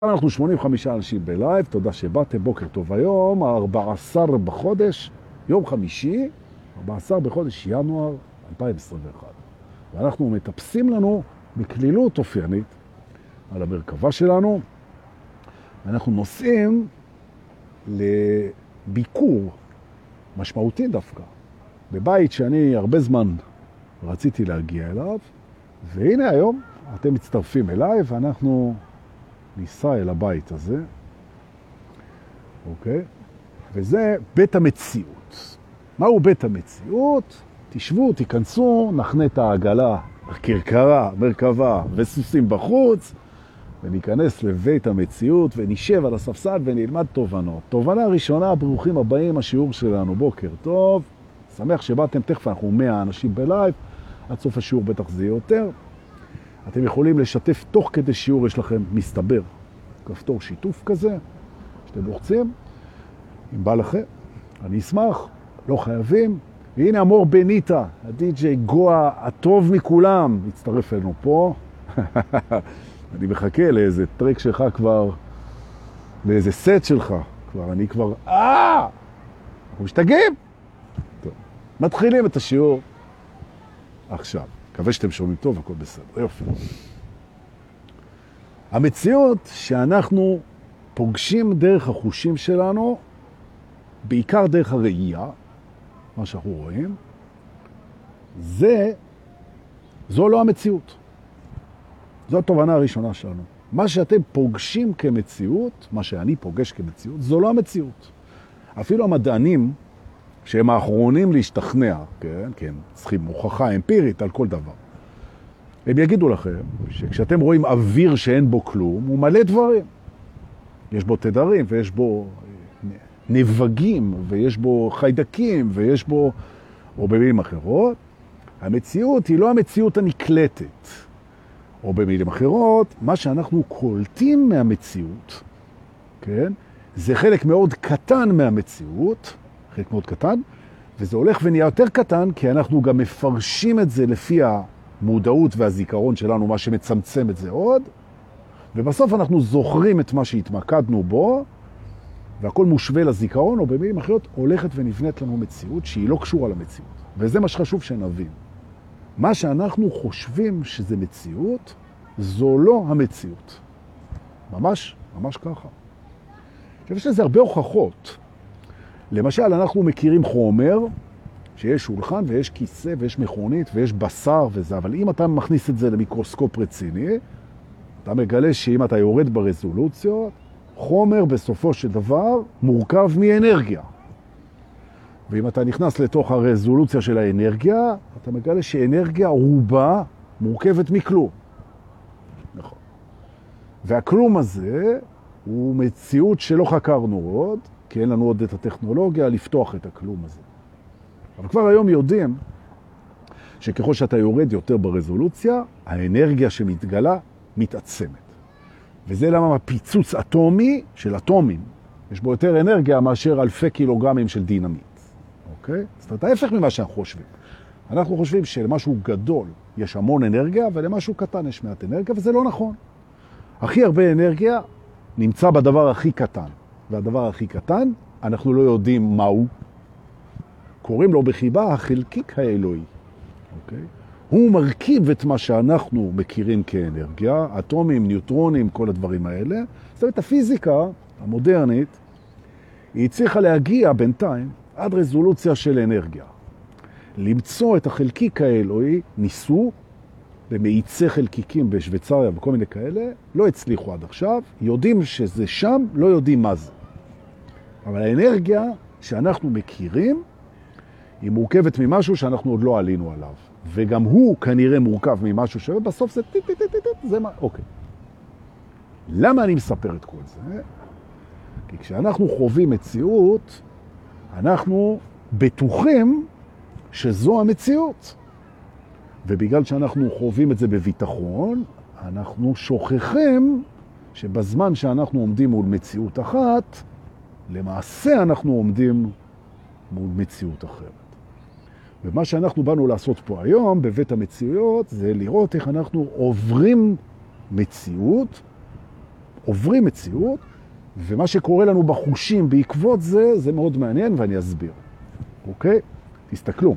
אנחנו 85 אנשים בלייב, תודה שבאתם, בוקר טוב היום, ה-14 בחודש, יום חמישי, 14 בחודש ינואר 2021. ואנחנו מטפסים לנו בכלילות אופיינית על המרכבה שלנו. אנחנו נוסעים לביקור משמעותי דווקא, בבית שאני הרבה זמן רציתי להגיע אליו, והנה היום אתם מצטרפים אליי ואנחנו ניסע אל הבית הזה, אוקיי? וזה בית המציאות. מהו בית המציאות? תשבו, תיכנסו, נחנה את העגלה, כרכרה, מרכבה וסוסים בחוץ, וניכנס לבית המציאות ונשב על הספסל ונלמד תובנות. תובנה ראשונה, ברוכים הבאים, השיעור שלנו, בוקר טוב. שמח שבאתם, תכף אנחנו 100 אנשים בלייב, עד סוף השיעור בטח זה יותר. אתם יכולים לשתף תוך כדי שיעור, יש לכם מסתבר, כפתור שיתוף כזה, שאתם לוחצים, אם בא לכם, אני אשמח, לא חייבים. והנה אמור בניטה, הדי-ג'יי גואה הטוב מכולם, הצטרף אלינו פה. אני מחכה לאיזה טרק שלך כבר, לאיזה סט שלך, אני כבר, אנחנו משתגעים. טוב, מתחילים את השיעור עכשיו. מקווה שאתם שומעים טוב, הכל בסדר. יופי. המציאות שאנחנו פוגשים דרך החושים שלנו, בעיקר דרך הראייה, מה שאנחנו רואים, זו לא המציאות. זו התובנה הראשונה שלנו. מה שאתם פוגשים כמציאות, מה שאני פוגש כמציאות, זו לא המציאות. אפילו המדענים, שהם האחרונים להשתכנע, כן, כן, צריכים הוכחה אמפירית על כל דבר. הם יגידו לכם שכשאתם רואים אוויר שאין בו כלום, הוא מלא דברים. יש בו תדרים ויש בו נבגים ויש בו חיידקים ויש בו, או במילים אחרות, המציאות היא לא המציאות הנקלטת. או במילים אחרות, מה שאנחנו קולטים מהמציאות, כן, זה חלק מאוד קטן מהמציאות, חלק מאוד קטן, וזה הולך ונהיה יותר קטן, כי אנחנו גם מפרשים את זה לפי המודעות והזיכרון שלנו, מה שמצמצם את זה עוד, ובסוף אנחנו זוכרים את מה שהתמקדנו בו, והכל מושווה לזיכרון, או במילים אחרות, הולכת ונבנית לנו מציאות שהיא לא קשורה למציאות. וזה מה שחשוב שנבין. מה שאנחנו חושבים שזה מציאות, זו לא המציאות. ממש, ממש ככה. עכשיו, יש לזה הרבה הוכחות. למשל, אנחנו מכירים חומר, שיש שולחן ויש כיסא ויש מכונית ויש בשר וזה, אבל אם אתה מכניס את זה למיקרוסקופ רציני, אתה מגלה שאם אתה יורד ברזולוציות, חומר בסופו של דבר מורכב מאנרגיה. ואם אתה נכנס לתוך הרזולוציה של האנרגיה, אתה מגלה שאנרגיה רובה מורכבת מכלום. נכון. והכלום הזה הוא מציאות שלא חקרנו עוד, כי אין לנו עוד את הטכנולוגיה לפתוח את הכלום הזה. אבל כבר היום יודעים שככל שאתה יורד יותר ברזולוציה, האנרגיה שמתגלה מתעצמת. וזה למה הפיצוץ אטומי של אטומים, יש בו יותר אנרגיה מאשר אלפי קילוגרמים של דינמיט. אוקיי? זאת אומרת, ההפך ממה שאנחנו חושבים. אנחנו חושבים שלמשהו גדול יש המון אנרגיה, ולמשהו קטן יש מעט אנרגיה, וזה לא נכון. הכי הרבה אנרגיה נמצא בדבר הכי קטן. והדבר הכי קטן, אנחנו לא יודעים מהו. קוראים לו בחיבה החלקיק האלוהי. אוקיי? הוא מרכיב את מה שאנחנו מכירים כאנרגיה, אטומים, ניוטרונים, כל הדברים האלה. זאת אומרת, הפיזיקה המודרנית, היא הצליחה להגיע בינתיים עד רזולוציה של אנרגיה. למצוא את החלקיק האלוהי, ניסו, במאיצי חלקיקים בשוויצריה וכל מיני כאלה, לא הצליחו עד עכשיו, יודעים שזה שם, לא יודעים מה זה. אבל האנרגיה שאנחנו מכירים, היא מורכבת ממשהו שאנחנו עוד לא עלינו עליו. וגם הוא כנראה מורכב ממשהו שבסוף זה זה מה, אוקיי. למה אני מספר את כל זה? כי כשאנחנו חווים מציאות, אנחנו בטוחים שזו המציאות. ובגלל שאנחנו חווים את זה בביטחון, אנחנו שוכחים שבזמן שאנחנו עומדים מול מציאות אחת, למעשה אנחנו עומדים מול מציאות אחרת. ומה שאנחנו באנו לעשות פה היום בבית המציאויות זה לראות איך אנחנו עוברים מציאות עוברים מציאות, ומה שקורה לנו בחושים בעקבות זה, זה מאוד מעניין ואני אסביר. אוקיי? תסתכלו.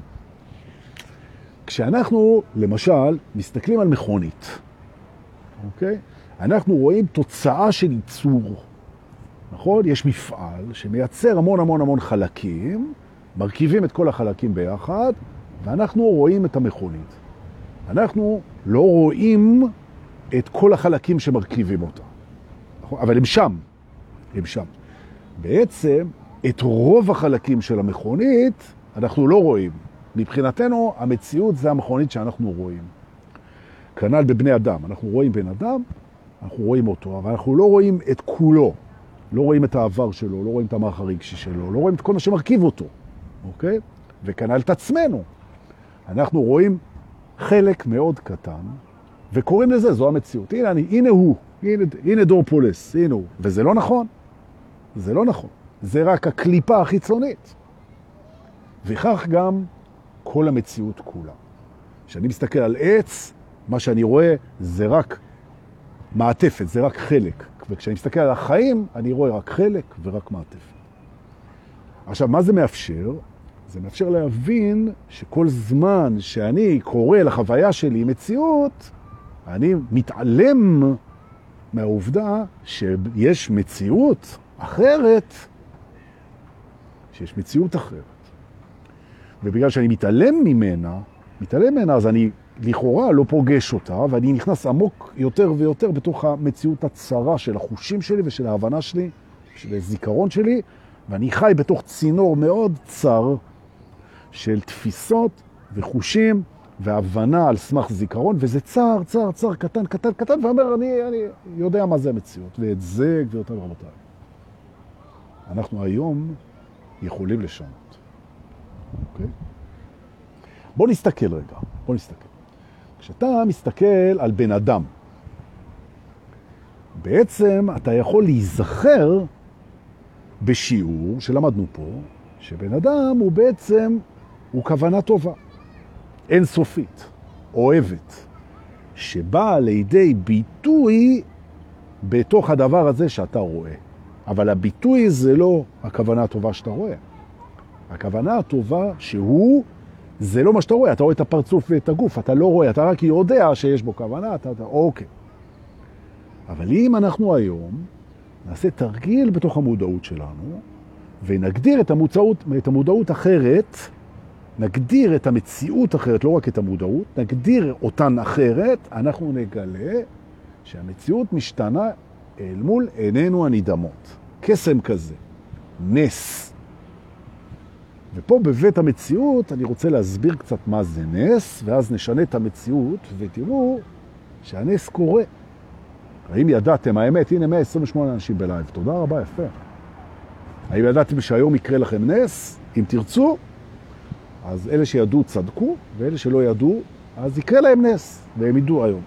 כשאנחנו, למשל, מסתכלים על מכונית, אוקיי? אנחנו רואים תוצאה של ייצור. נכון? יש מפעל שמייצר המון המון המון חלקים, מרכיבים את כל החלקים ביחד, ואנחנו רואים את המכונית. אנחנו לא רואים את כל החלקים שמרכיבים אותה. אבל הם שם. הם שם. בעצם, את רוב החלקים של המכונית אנחנו לא רואים. מבחינתנו, המציאות זה המכונית שאנחנו רואים. כנ"ל בבני אדם. אנחנו רואים בן אדם, אנחנו רואים אותו, אבל אנחנו לא רואים את כולו. לא רואים את העבר שלו, לא רואים את המערך הרגשי שלו, לא רואים את כל מה שמרכיב אותו. אוקיי? וכנ"ל את עצמנו. אנחנו רואים חלק מאוד קטן, וקוראים לזה, זו המציאות. הנה הוא, הנה דור פולס, הנה הוא. וזה לא נכון. זה לא נכון. זה רק הקליפה החיצונית. וכך גם כל המציאות כולה. כשאני מסתכל על עץ, מה שאני רואה זה רק מעטפת, זה רק חלק. וכשאני מסתכל על החיים, אני רואה רק חלק ורק מעטפת. עכשיו, מה זה מאפשר? זה מאפשר להבין שכל זמן שאני קורא לחוויה שלי מציאות, אני מתעלם מהעובדה שיש מציאות אחרת, שיש מציאות אחרת. ובגלל שאני מתעלם ממנה, אז אני לכאורה לא פוגש אותה, ואני נכנס עמוק יותר ויותר בתוך המציאות הצרה של החושים שלי ושל ההבנה שלי, של הזיכרון שלי, ואני חי בתוך צינור מאוד צר של תפיסות וחושים והבנה על סמך זיכרון, וזה צר, קטן, ואומר, אני יודע מה זה המציאות, ואת זה, גבירותיי ורבותיי, אנחנו היום יכולים לשנות. אוקיי? בוא נסתכל רגע, כשאתה מסתכל על בן אדם, בעצם אתה יכול להיזכר בשיעור שלמדנו פה, שבן אדם הוא בעצם, הוא כוונה טובה, אינסופית, אוהבת, שבאה לידי ביטוי בתוך הדבר הזה שאתה רואה. אבל הביטוי זה לא הכוונה הטובה שאתה רואה. הכוונה הטובה שהוא, זה לא מה שאתה רואה, אתה רואה את הפרצוף ואת הגוף, אתה לא רואה, אתה רק יודע שיש בו כוונה, אתה אוקיי. אבל אם אנחנו היום נעשה תרגיל בתוך המודעות שלנו, ונגדיר את המודעות אחרת, נגדיר את המציאות אחרת, לא רק את המודעות, נגדיר אותן אחרת, אנחנו נגלה שהמציאות משתנה אל מול עינינו הנדהמות. קסם כזה, נס. ופה בבית המציאות אני רוצה להסביר קצת מה זה נס, ואז נשנה את המציאות ותראו שהנס קורה. האם ידעתם, האמת, הנה 128 אנשים בלייב, תודה רבה, יפה. האם ידעתם שהיום יקרה לכם נס? אם תרצו, אז אלה שידעו צדקו, ואלה שלא ידעו, אז יקרה להם נס, והם ידעו היום.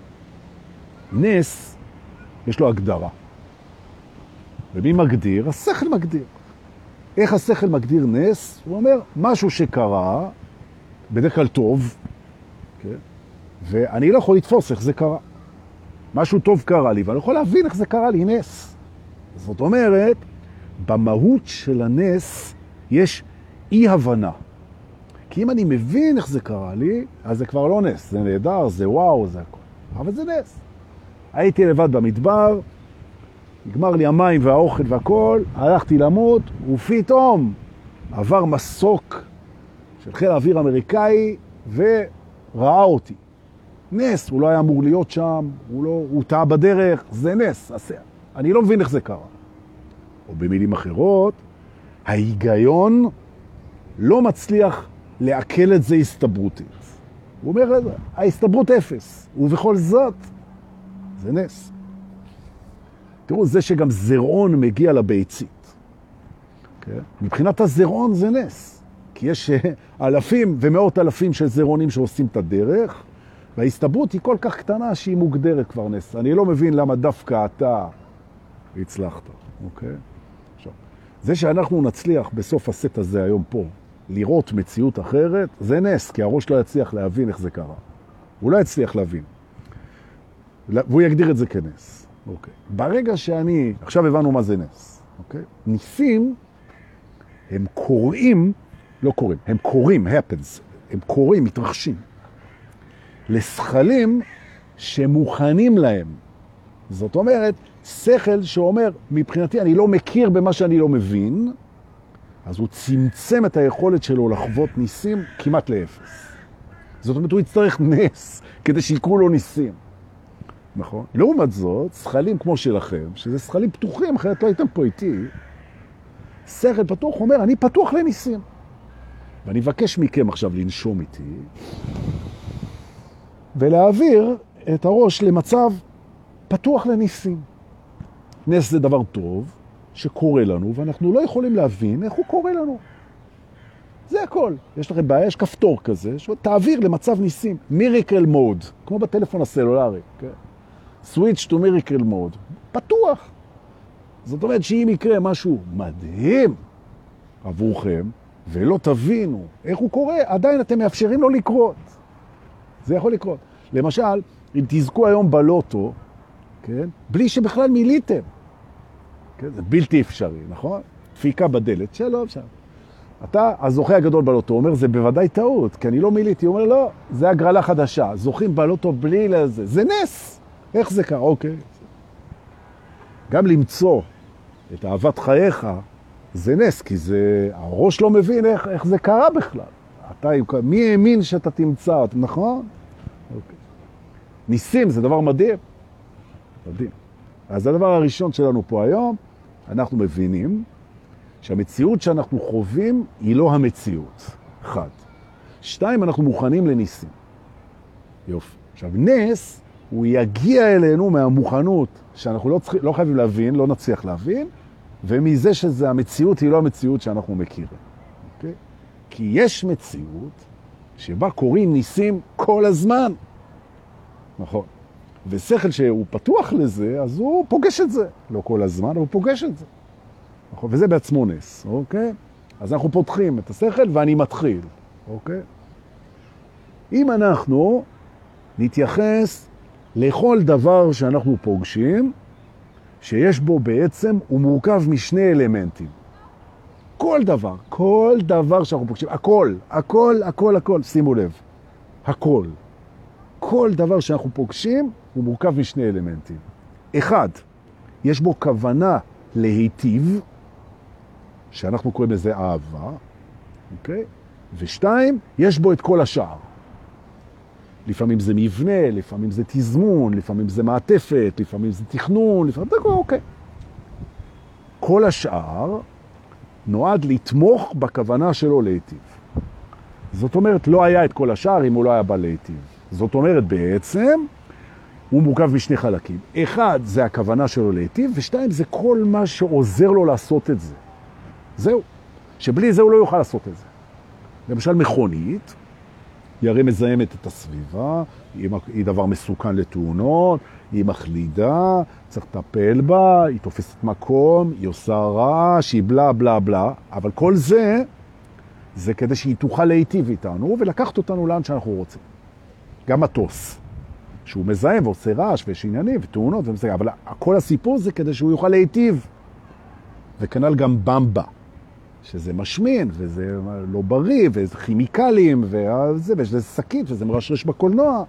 נס, יש לו הגדרה. ומי מגדיר? השכל מגדיר. איך השכל מגדיר נס? הוא אומר, משהו שקרה, בדרך כלל טוב, כן? ואני לא יכול לתפוס איך זה קרה. משהו טוב קרה לי, ואני יכול להבין איך זה קרה לי, נס. זאת אומרת, במהות של הנס יש אי-הבנה. כי אם אני מבין איך זה קרה לי, אז זה כבר לא נס. זה נהדר, זה וואו, זה הכל. אבל זה נס. הייתי לבד במדבר, נגמר לי המים והאוכל והכל, הלכתי למות, ופתאום עבר מסוק של חיל האוויר אמריקאי, וראה אותי. נס, הוא לא היה אמור להיות שם, הוא טעה בדרך, זה נס. אני לא מבין איך זה קרה. או במילים אחרות, ההיגיון לא מצליח לעכל את זה הסתברותית. הוא אומר, ההסתברות אפס, ובכל זאת, זה נס. תראו, זה שגם זרעון מגיע לביצית. Okay? מבחינת הזרעון זה נס. כי יש אלפים ומאות אלפים של זרעונים שעושים את הדרך, וההסתברות היא כל כך קטנה שהיא מוגדרת כבר נס. אני לא מבין למה דווקא אתה הצלחת. אוקיי? עכשיו, זה שאנחנו נצליח בסוף הסט הזה היום פה, לראות מציאות אחרת, זה נס, כי הראש לא יצליח להבין איך זה קרה. הוא לא יצליח להבין. והוא יגדיר את זה כנס. אוקיי. ברגע שאני, עכשיו הבנו מה זה נס, אוקיי? ניסים הם קוראים, לא קוראים, הם קוראים, happens, הם קוראים, מתרחשים. לשכלים שמוכנים להם. זאת אומרת, שכל שאומר, מבחינתי אני לא מכיר במה שאני לא מבין, אז הוא צמצם את היכולת שלו לחוות ניסים כמעט לאפס. זאת אומרת, הוא יצטרך נס כדי שיקרו לו ניסים. נכון? לעומת זאת, שכלים כמו שלכם, שזה שכלים פתוחים, אחרת לא הייתם פה איתי, שכל פתוח אומר, אני פתוח לניסים. ואני מבקש מכם עכשיו לנשום איתי, ולהעביר את הראש למצב פתוח לניסים. נס זה דבר טוב שקורה לנו, ואנחנו לא יכולים להבין איך הוא קורה לנו. זה הכל. יש לכם בעיה, יש כפתור כזה, תעביר למצב ניסים. מיריקל מוד, כמו בטלפון הסלולרי. Switch to miracle mode. פתוח. זאת אומרת שאם יקרה משהו מדהים עבורכם, ולא תבינו איך הוא קורה, עדיין אתם מאפשרים לו לקרות. זה יכול לקרות. למשל, אם תזכו היום בלוטו, כן? בלי שבכלל מיליתם. כן? זה בלתי אפשרי, נכון? דפיקה בדלת, שלום שם. אתה, הזוכה הגדול בלוטו, אומר, זה בוודאי טעות, כי אני לא מיליתי. הוא אומר, לא, זה הגרלה חדשה. זוכים בלוטו בלי לזה. זה נס. איך זה קרה? אוקיי. גם למצוא את אהבת חייך, זה נס, כי זה, הראש לא מבין איך זה קרה בכלל. מי האמין שאתה תמצא, נכון? אוקיי. ניסים זה דבר מדהים. מדהים. אז הדבר הראשון שלנו פה היום, אנחנו מבינים שהמציאות שאנחנו חווים היא לא המציאות. 1. 2, אנחנו מוכנים לניסים. יופי. עכשיו, נס הוא יגיע אלינו מהמוכנות שאנחנו לא חייבים להבין, לא נצליח להבין, ומזה שזה המציאות היא לא המציאות שאנחנו מכירים. אוקיי? כי יש מציאות שבה קוראים ניסים כל הזמן. נכון. ושכל שהוא פתוח לזה, אז הוא פוגש את זה. לא כל הזמן, אבל הוא פוגש את זה. נכון? וזה בעצמו נס. אוקיי? אז אנחנו פותחים את השכל ואני מתחיל. אוקיי? אם אנחנו נתייחס לכל דבר שאנחנו פוגשים, שיש בו בעצם, הוא מורכב משני אלמנטים. כל דבר שאנחנו פוגשים, הכל, שימו לב, הכל. כל דבר שאנחנו פוגשים, הוא מורכב משני אלמנטים. 1, יש בו כוונה להיטיב, שאנחנו קוראים לזה אהבה, אוקיי? ו2, יש בו את כל השאר. לפעמים זה מבנה, לפעמים זה תזמון, לפעמים זה מעטפת, לפעמים זה תכנון, לפעמים זה אוקיי. כל השאר נועד לתמוך בכוונה שלו להיטיב. זאת אומרת, לא היה את כל השאר אם הוא לא היה בא להיטיב. זאת אומרת, בעצם, הוא מורכב משני חלקים. 1, זה הכוונה שלו להיטיב, ו2, זה כל מה שעוזר לו לעשות את זה. זהו. שבלי זה הוא לא יוכל לעשות את זה. למשל, מכונית, היא הרי מזהמת את הסביבה, היא דבר מסוכן לתאונות, היא מחלידה, צריך לטפל בה, היא תופסת מקום, היא עושה רעש, היא בלה בלה בלה, אבל כל זה, זה כדי שהיא תוכל להיטיב איתנו ולקחת אותנו לאן שאנחנו רוצים. גם מטוס, שהוא מזהם ועושה רעש ויש עניינים ותאונות ומסגר, אבל כל הסיפור זה כדי שהוא יוכל להיטיב. וכנ"ל גם במבה. שזה משמין, וזה לא בריא, וזה כימיקלים, וזה, ויש לזה שקית, וזה מרשרש בקולנוע.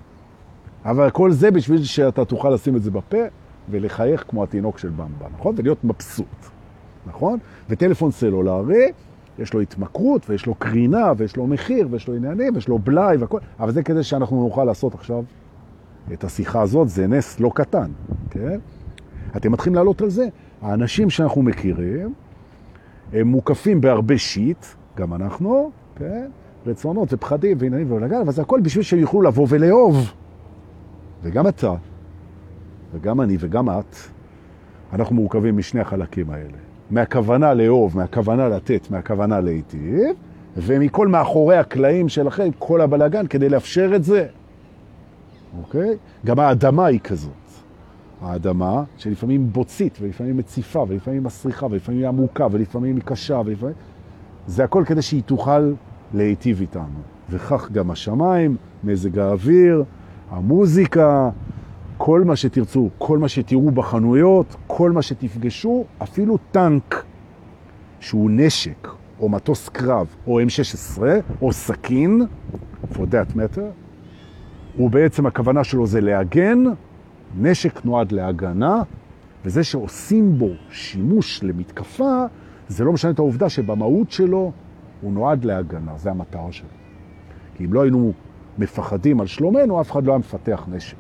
אבל כל זה בשביל שאתה תוכל לשים את זה בפה, ולחייך כמו התינוק של במבה, נכון? ולהיות מבסוט, נכון? וטלפון סלולרי, יש לו התמכרות, ויש לו קרינה, ויש לו מחיר, ויש לו עניינים, ויש לו בלאי וכל. אבל זה כדי שאנחנו נוכל לעשות עכשיו את השיחה הזאת, זה נס לא קטן, כן? אתם מתחילים לעלות על זה. האנשים שאנחנו מכירים, הם מוקפים בהרבה שיט, גם אנחנו, כן? רצונות ופחדים ועניינים ולגל, אבל זה הכל בשביל שהם יוכלו לבוא ולאהוב. וגם אתה, וגם אני וגם את, אנחנו מורכבים משני החלקים האלה. מהכוונה לאהוב, מהכוונה לתת, מהכוונה להיטיב, ומכל מאחורי הקלעים שלכם, כל הבלגן, כדי לאפשר את זה. אוקיי? גם האדמה היא כזאת. האדמה שלפעמים בוצית, ולפעמים מציפה, ולפעמים מסריחה, ולפעמים היא עמוקה, ולפעמים היא קשה, ולפעמים... זה הכל כדי שהיא תוכל להיטיב איתנו. וכך גם השמיים, מזג האוויר, המוזיקה, כל מה שתרצו, כל מה שתראו בחנויות, כל מה שתפגשו, אפילו טנק שהוא נשק, או מטוס קרב, או M16, או סכין, for that matter, ובעצם הכוונה שלו זה להגן, נשק נועד להגנה, וזה שעושים בו שימוש למתקפה, זה לא משנה את העובדה שבמהות שלו הוא נועד להגנה, זה המטרה שלו. כי אם לא היינו מפחדים על שלומנו, אף אחד לא היה מפתח נשק.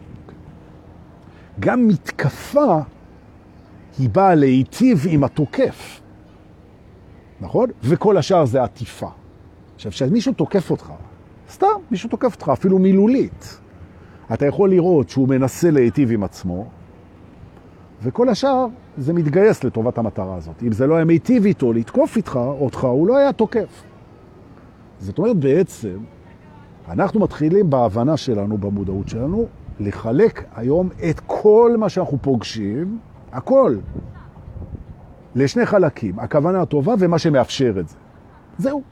גם מתקפה היא באה להיטיב עם התוקף, נכון? וכל השאר זה עטיפה. עכשיו, כשמישהו תוקף אותך, סתם מישהו תוקף אותך, אפילו מילולית, אתה יכול לראות שהוא מנסה להיטיב עם עצמו, וכל השאר זה מתגייס לטובת המטרה הזאת. אם זה לא היה מיטיב איתו, לתקוף אותך, הוא לא היה תוקף. זאת אומרת, בעצם, אנחנו מתחילים בהבנה שלנו, במודעות שלנו, לחלק היום את כל מה שאנחנו פוגשים, הכל, לשני חלקים, הכוונה הטובה ומה שמאפשר את זה. זהו.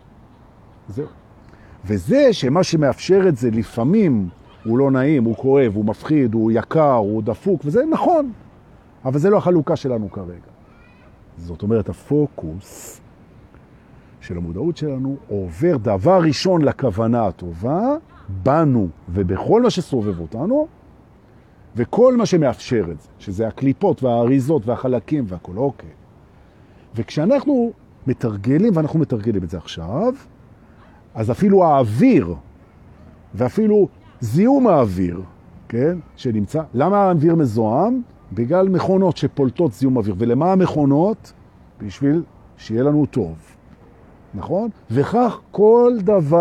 וזה שמה שמאפשר את זה לפעמים הוא לא נעים, הוא כואב, הוא מפחיד, הוא יקר, הוא דפוק, וזה נכון. אבל זה לא החלוקה שלנו כרגע. זאת אומרת, הפוקוס של המודעות שלנו עובר דבר ראשון לכוונה הטובה, בנו ובכל מה שסובב אותנו, וכל מה שמאפשר את זה, שזה הקליפות והאריזות והחלקים והכל, אוקיי. וכשאנחנו מתרגלים, ואנחנו מתרגלים את זה עכשיו, אז אפילו האוויר, ואפילו זיהום האוויר, כן, שנמצא, למה האוויר מזוהם? בגלל מכונות שפולטות זיהום אוויר. ולמה המכונות? בשביל שיהיה לנו טוב. נכון? וכך כל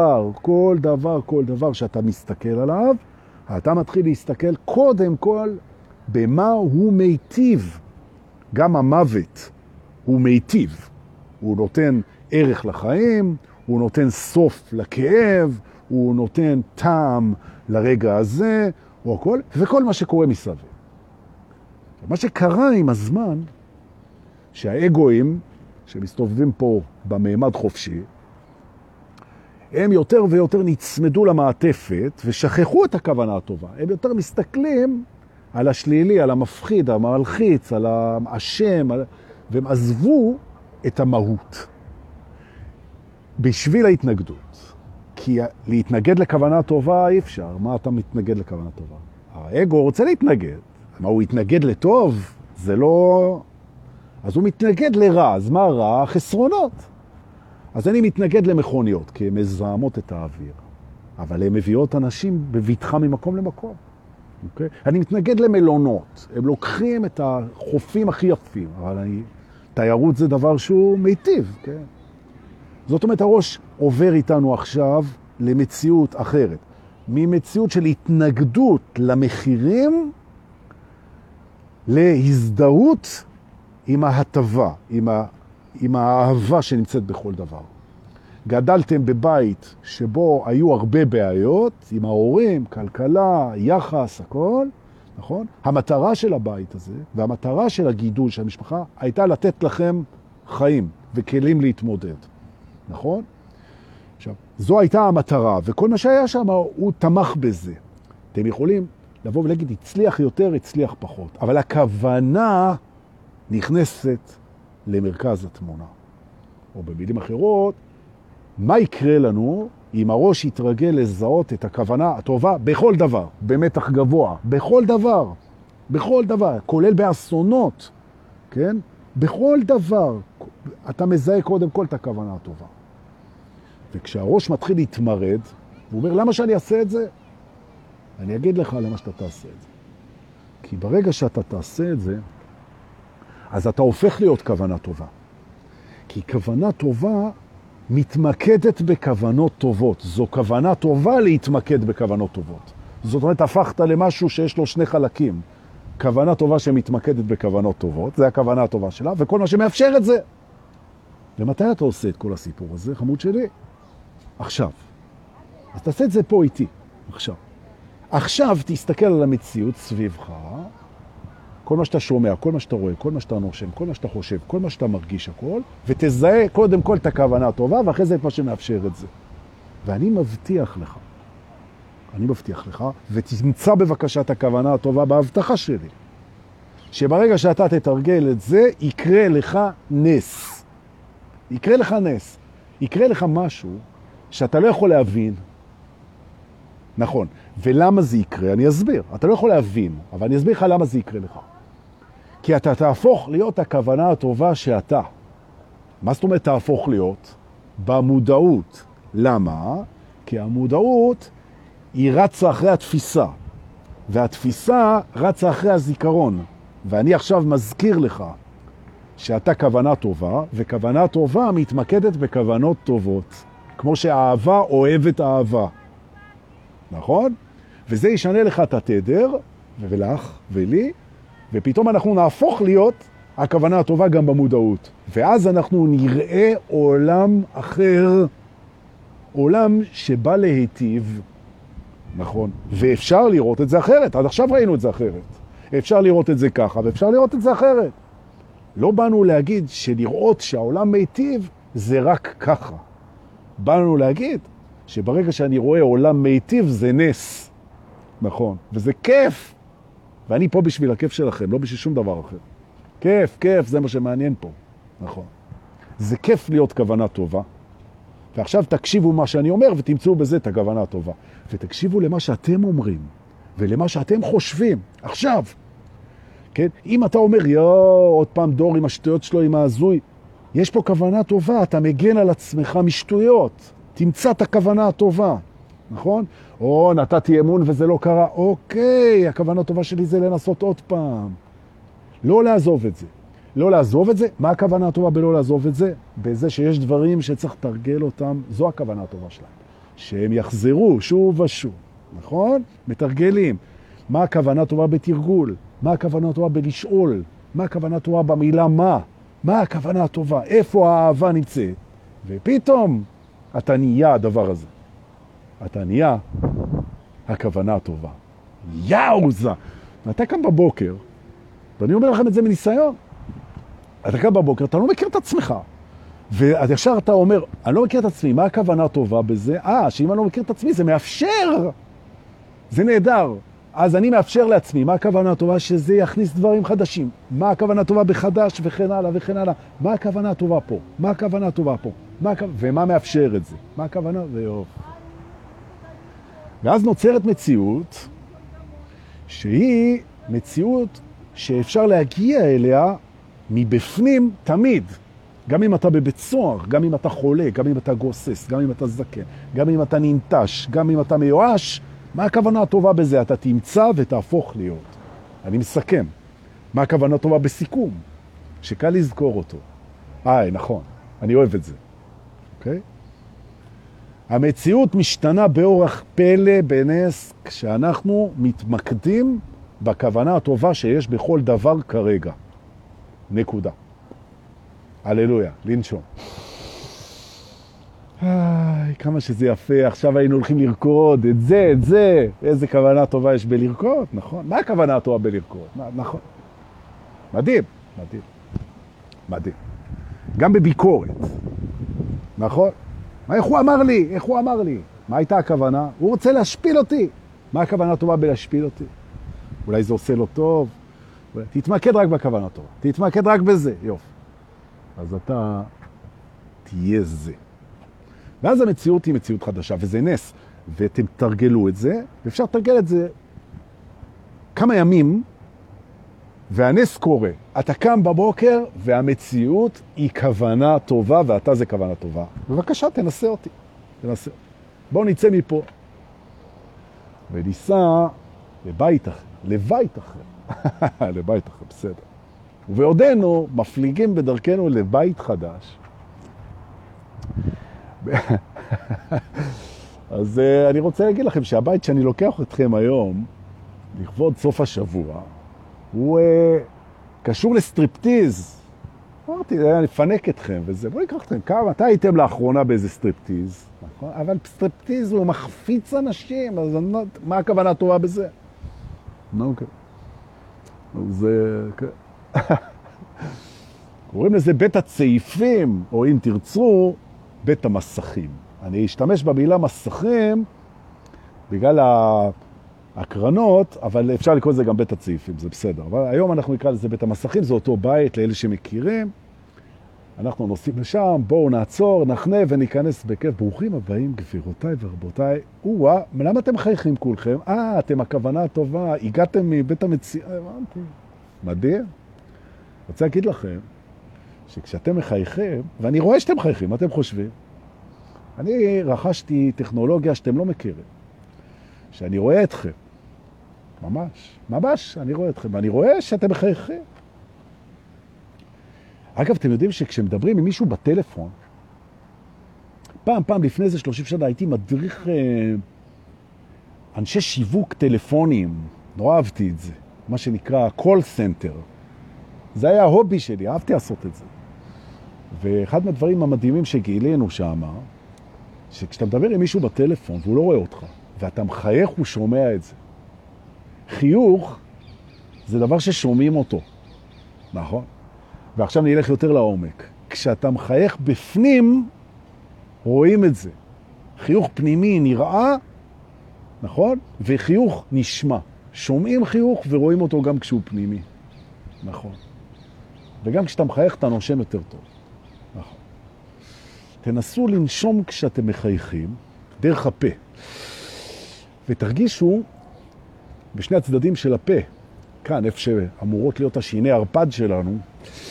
דבר שאתה מסתכל עליו, אתה מתחיל להסתכל קודם כל במה הוא מיטיב. גם המוות הוא מיטיב. הוא נותן ערך לחיים, הוא נותן סוף לכאב, הוא נותן טעם לרגע הזה, או הכל, וכל מה שקורה מסביב. מה שקרה עם הזמן, שהאגואים שמסתובבים פה במעמד חופשי, הם יותר ויותר נצמדו למעטפת ושכחו את הכוונה הטובה. הם יותר מסתכלים על השלילי, על המפחיד, המלחיץ, על השם, והם עזבו את המהות בשביל ההתנגדות. כי להתנגד לכוונה טובה אי אפשר. מה אתה מתנגד לכוונה טובה? האגו רוצה להתנגד. מה, הוא יתנגד לטוב? זה לא... אז הוא מתנגד לרע. אז מה רע? חסרונות. אז אני מתנגד למכוניות, כי הן מזהמות את האוויר. אבל הן מביאות אנשים בביטחה ממקום למקום. אוקיי? אני מתנגד למלונות. הם לוקחים את החופים הכי יפים. אבל תיירות זה דבר שהוא מיטיב. כן? זאת אומרת, הראש עובר איתנו עכשיו למציאות אחרת. ממציאות של התנגדות למחירים, להזדהות עם ההטבה, עם האהבה שנמצאת בכל דבר. גדלתם בבית שבו היו הרבה בעיות, עם ההורים, כלכלה, יחס, הכל, נכון? המטרה של הבית הזה, והמטרה של הגידול של המשפחה, הייתה לתת לכם חיים וכלים להתמודד, נכון? עכשיו, זו הייתה המטרה, וכל מה שהיה שם, הוא תמך בזה. אתם יכולים לבוא ולהגיד, הצליח יותר, הצליח פחות. אבל הכוונה נכנסת למרכז התמונה. או במילים אחרות, מה יקרה לנו אם הראש יתרגל לזהות את הכוונה הטובה בכל דבר, במתח גבוה, בכל דבר, כולל באסונות, כן? בכל דבר, אתה מזהה קודם כל את הכוונה הטובה. וכשהראש מתחיל להתמרד, הוא אומר, למה שאני אעשה את זה? אני אגיד לך למה שאתה תעשה את זה. כי ברגע שאתה תעשה את זה, אז אתה הופך להיות כוונה טובה. כי כוונה טובה מתמקדת בכוונות טובות. זו כוונה טובה להתמקד בכוונות טובות. זאת אומרת, הפכת למשהו שיש לו שני חלקים. כוונה טובה שמתמקדת בכוונות טובות, זה הכוונה הטובה שלה, וכל מה שמאפשר את זה. ומתי אתה עושה את כל הסיפור הזה, חמוד שלי? עכשיו. אז תעשה את זה פה איתי, עכשיו. עכשיו תסתכל על המציאות סביבך, כל מה שאתה שומע, כל מה שאתה רואה, כל מה שאתה נושם, כל מה שאתה חושב, כל מה שאתה מרגיש הכל, ותזהה קודם כל את הכוונה הטובה, ואחרי זה את מה שמאפשר את זה. ואני מבטיח לך אני מבטיח לך, ותמצא בבקשה את הכוונה הטובה בהבטחה שלי. שברגע שאתה תתרגל את זה, יקרה לך נס. יקרה לך נס. יקרה לך משהו שאתה לא יכול להבין. נכון. ולמה זה יקרה? אני אסביר. אתה לא יכול להבין, אבל אני אסביר לך למה זה יקרה לך. כי אתה תהפוך להיות הכוונה הטובה שאתה. מה זאת אומרת תהפוך להיות? במודעות. למה? כי המודעות היא רצה אחרי התפיסה, והתפיסה רצה אחרי הזיכרון. ואני עכשיו מזכיר לך שאתה כוונה טובה, וכוונה טובה מתמקדת בכוונות טובות. כמו שהאהבה אוהבת אהבה. נכון? וזה ישנה לך את התדר, ולך ולי, ופתאום אנחנו נהפוך להיות הכוונה הטובה גם במודעות. ואז אנחנו נראה עולם אחר, עולם שבא להיטיב, נכון? ואפשר לראות את זה אחרת. עד עכשיו ראינו את זה אחרת. אפשר לראות את זה ככה, ואפשר לראות את זה אחרת. לא באנו להגיד שלראות שהעולם מיטיב זה רק ככה. באנו להגיד שברגע שאני רואה עולם מיטיב זה נס. נכון. וזה כיף. ואני פה בשביל הכיף שלכם, לא בשביל שום דבר אחר. כיף, כיף, זה מה שמעניין פה. נכון. זה כיף להיות כוונה טובה. ועכשיו תקשיבו מה שאני אומר ותמצאו בזה את הכוונה הטובה. ותקשיבו למה שאתם אומרים ולמה שאתם חושבים. עכשיו, כן? אם אתה אומר, עוד פעם דור עם השטויות שלו, עם ההזוי, יש פה כוונה טובה, אתה מגן על עצמך משטויות. תמצא את הכוונה הטובה, נכון? או נתתי אמון וזה לא קרה, אוקיי, הכוונה הטובה שלי זה לנסות עוד פעם. לא לעזוב את זה. לא לעזוב את זה. מה הכוונה הטובה בלא לעזוב את זה? בזה שיש דברים שצריך תרגל אותם, זו הכוונה הטובה שלהם. שהם יחזרו שוב ושוב, נכון? מתרגלים. מה הכוונה הטובה בתרגול? מה הכוונה הטובה בלשאול? מה הכוונה הטובה במילה מה? מה הכוונה הטובה? איפה האהבה נמצאת? ופתאום אתה נהיה הדבר הזה. אתה נהיה הכוונה הטובה. יאוזה! ואתה קם בבוקר, ואני אומר לכם את זה מניסיון. אתה קם בבוקר, אתה לא מכיר את עצמך. ועד ישר אתה אומר, אני לא מכיר את עצמי, מה הכוונה הטובה בזה? שאם אני לא מכיר את עצמי, זה מאפשר. זה נהדר. אז אני מאפשר לעצמי, מה הכוונה הטובה? שזה יכניס דברים חדשים. מה הכוונה הטובה בחדש וכן הלאה וכן הלאה. מה הכוונה הטובה פה? מה הכוונה הטובה פה? ומה מאפשר את זה? מה הכוונה? ויוב. ואז נוצרת מציאות שהיא מציאות שאפשר להגיע אליה מבפנים תמיד. גם אם אתה בבית סוהר, גם אם אתה חולה, גם אם אתה גוסס, גם אם אתה זקן, גם אם אתה ננטש, גם אם אתה מיואש, מה הכוונה הטובה בזה? אתה תמצא ותהפוך להיות. אני מסכם. מה הכוונה הטובה בסיכום? שקל לזכור אותו. נכון. אני אוהב את זה. אוקיי? המציאות משתנה באורח פלא בנס כשאנחנו מתמקדים בכוונה הטובה שיש בכל דבר כרגע. נקודה. הללויה, לנשום. כמה שזה יפה, עכשיו היינו הולכים לרקוד, את זה, איזה כוונה טובה יש בלרקוד, נכון? מה הכוונה הטובה בלרקוד? נכון. מדהים. גם בביקורת, נכון? איך הוא אמר לי? מה הייתה הכוונה? הוא רוצה להשפיל אותי. מה הכוונה הטובה בלהשפיל אותי? אולי זה עושה לו טוב. תתמקד רק בכוונה הטובה. תתמקד רק בזה. יופי. אז אתה תהיה זה. ואז המציאות היא מציאות חדשה, וזה נס. ואתם תרגלו את זה, ואפשר לתרגל את זה כמה ימים, והנס קורה. אתה קם בבוקר, והמציאות היא כוונה טובה, ואתה זה כוונה טובה. בבקשה, תנסה אותי. בואו נצא מפה. וניסע לבית אחר. לבית אחר, בסדר. ובעודנו מפליגים בדרכנו לבית חדש. אז אני רוצה להגיד לכם שהבית שאני לוקח אתכם היום, לכבוד סוף השבוע, הוא קשור לסטריפטיז. אמרתי, אני אפנק אתכם וזה. בואו ניקח אתכם. מתי הייתם לאחרונה באיזה סטריפטיז? נכון? אבל סטריפטיז הוא מחפיץ אנשים, אז מה הכוונה הטובה בזה? אוקיי. אז קוראים לזה בית הצעיפים, או אם תרצו, בית המסכים. אני אשתמש במילה מסכים, בגלל הקרנות, אבל אפשר לקרוא לזה גם בית הצעיפים, זה בסדר. אבל היום אנחנו נקרא לזה בית המסכים, זה אותו בית לאלה שמכירים. אנחנו נוסעים לשם, בואו נעצור, נחנה וניכנס בכיף. ברוכים הבאים, גבירותיי ורבותיי. למה אתם חייכים כולכם? אתם הכוונה הטובה, הגעתם מבית המציאה, הבנתי. מדהים. רוצה להגיד לכם, שכשאתם מחייכים, ואני רואה שאתם חייכים, מה אתם חושבים? אני רכשתי טכנולוגיה שאתם לא מכירים. שאני רואה אתכם. ממש, אני רואה אתכם. ואני רואה שאתם מחייכים. אגב, אתם יודעים שכשמדברים עם מישהו בטלפון, פעם לפני זה 30 שנה הייתי מדריך אנשי שיווק טלפוניים. נורא אהבתי את זה. מה שנקרא call center. זה היה ההובי שלי, אהבתי לעשות את זה. ואחד מהדברים המדהימים שגילינו שם, שכשאתה מדבר עם מישהו בטלפון והוא לא רואה אותך, ואתה מחייך, הוא שומע את זה. חיוך זה דבר ששומעים אותו. נכון? ועכשיו נלך יותר לעומק. כשאתה מחייך בפנים, רואים את זה. חיוך פנימי נראה, נכון? וחיוך נשמע. שומעים חיוך ורואים אותו גם כשהוא פנימי. נכון. וגם כשאתה מחייך אתה נושם יותר טוב. נכון. תנסו לנשום כשאתם מחייכים, דרך הפה. ותרגישו בשני הצדדים של הפה, כאן, איפה שאמורות להיות השיני הרפד שלנו,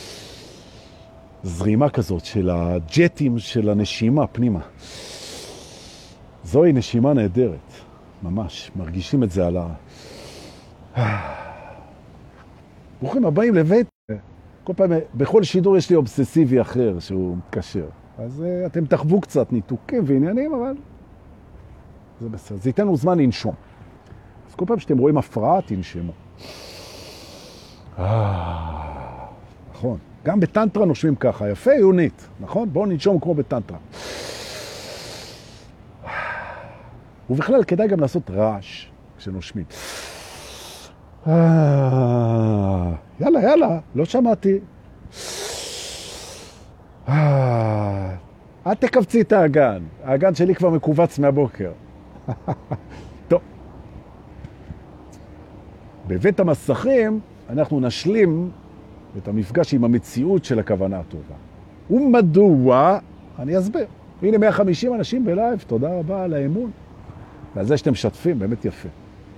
זרימה כזאת של הג'טים של הנשימה פנימה. זוהי נשימה נהדרת, ממש, מרגישים את זה על ברוכים הבאים לבית. כל פעם, בכל שידור יש לי אובססיבי אחר שהוא מתקשר. אז אתם תחוו קצת ניתוקים ועניינים, אבל זה בסדר. זה ייתן לנו זמן לנשום. אז כל פעם שאתם רואים הפרעה, תנשמו. נכון. גם בטנטרה נושמים ככה. יפה, יונית. נכון? בואו ננשום כמו בטנטרה. ובכלל, כדאי גם לעשות רעש כשנושמים. יאללה, לא שמעתי. אל תקבצי את האגן. האגן שלי כבר מקובץ מהבוקר. טוב. בבית המסכים אנחנו נשלים את המפגש עם המציאות של הכוונה הטובה. ומדוע? אני אסביר. הנה 150 אנשים בלייב, תודה רבה על האמון. ועל זה שאתם משתפים, באמת יפה.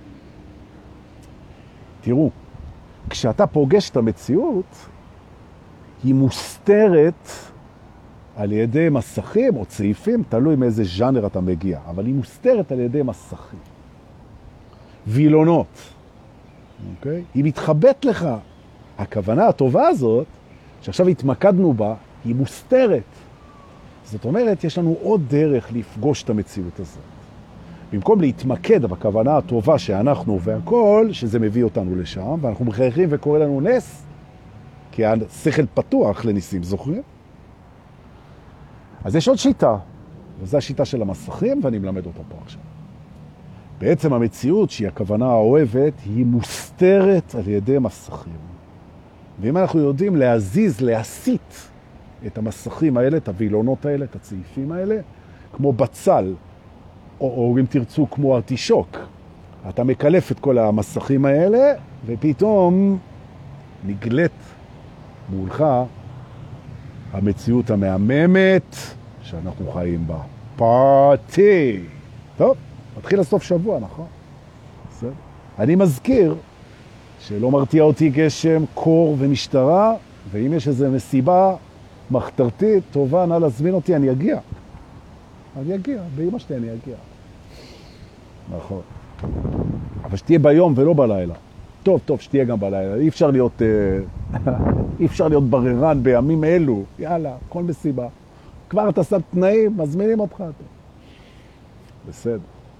תראו, כשאתה פוגש את המציאות, היא מוסתרת על ידי מסכים או צעיפים, תלוי מאיזה ז'אנר אתה מגיע, אבל היא מוסתרת על ידי מסכים. וילונות. אוקיי? היא מתחבאת לך. הכוונה הטובה הזאת, שעכשיו התמקדנו בה, היא מוסתרת. זאת אומרת, יש לנו עוד דרך לפגוש את המציאות הזאת. במקום להתמקד בכוונה הטובה שאנחנו והכל, שזה מביא אותנו לשם, ואנחנו מחייכים וקורא לנו נס, כי השכל פתוח לניסים, זוכרים? אז יש עוד שיטה, וזו השיטה של המסכים, ואני מלמד אותה פה עכשיו. בעצם המציאות שהיא הכוונה האוהבת, היא מוסתרת על ידי מסכים. ואם אנחנו יודעים להסיט את המסכים האלה, את הווילונות האלה, את הצעיפים האלה, כמו בצל, או אם תרצו כמו ארטישוק, אתה מקלף את כל המסכים האלה, ופתאום נגלית מולך המציאות המהממת שאנחנו חיים בה. פארטי. טוב, מתחיל לסוף שבוע, נכון? בסדר. אני מזכיר שלא מרתיע אותי גשם, קור ומשטרה, ואם יש איזו מסיבה מחתרתית, טובה, נא להזמין אותי, אני אגיע. באמא שלי אני אגיע. נכון. אבל שתהיה ביום ולא בלילה. טוב, שתהיה גם בלילה. אי אפשר להיות בררן בימים אלו. יאללה, כל מסיבה. כבר אתה שם תנאים, מזמינים אותך. בסדר.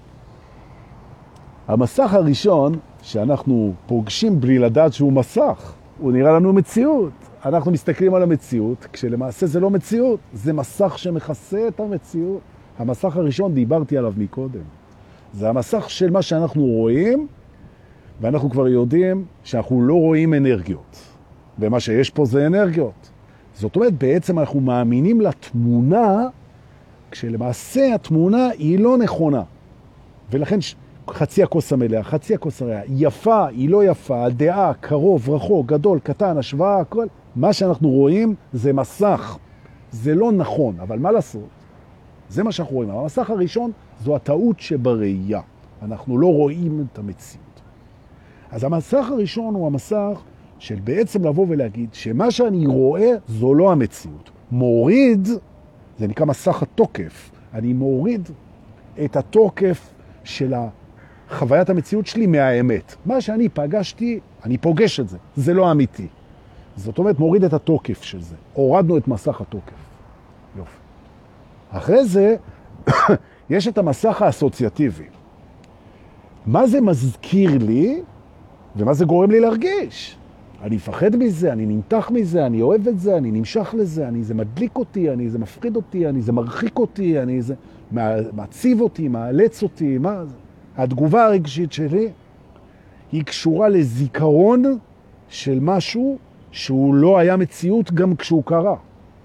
המסך הראשון שאנחנו פוגשים בלי לדעת שהוא מסך, הוא נראה לנו מציאות. אנחנו מסתכלים על המציאות, כשלמעשה זה לא מציאות, זה מסך שמכסה את המציאות. המסך הראשון דיברתי עליו מקודם. זה המסך של מה שאנחנו רואים, ואנחנו כבר יודעים שאנחנו לא רואים אנרגיות. ומה שיש פה זה אנרגיות. זאת אומרת, בעצם אנחנו מאמינים לתמונה, כשלמעשה התמונה היא לא נכונה. ולכן חצי הכוס המלאה, חצי הכוס הרעה, יפה, היא לא יפה, דעה, קרוב, רחוק, גדול, קטן, השוואה, הכל. מה שאנחנו רואים זה מסך. זה לא נכון, אבל מה לעשות? זה מה שאנחנו רואים. המסך הראשון זו הטעות שבראייה. אנחנו לא רואים את המציאות. אז המסך הראשון הוא המסך של בעצם לבוא ולהגיד שמה שאני רואה זו לא המציאות. מוריד, זה נקרא מסך התוקף. אני מוריד את התוקף של חוויית המציאות שלי מהאמת. מה שאני פגשתי, אני פוגש את זה. זה לא אמיתי. זאת אומרת, מוריד את התוקף של זה. הורדנו את מסך התוקף. יופי. אחרי זה, יש את המסך האסוציאטיבי. מה זה מזכיר לי, ומה זה גורם לי להרגיש? אני מפחד מזה, אני נמתח מזה, אני אוהב את זה, אני נמשך לזה, זה מדליק אותי, זה מפחיד אותי, זה מרחיק אותי, זה מעציב אותי, מאלץ אותי, מה זה? התגובה הרגשית שלי היא קשורה לזיכרון של משהו שהוא לא היה מציאות גם כשהוא קרה.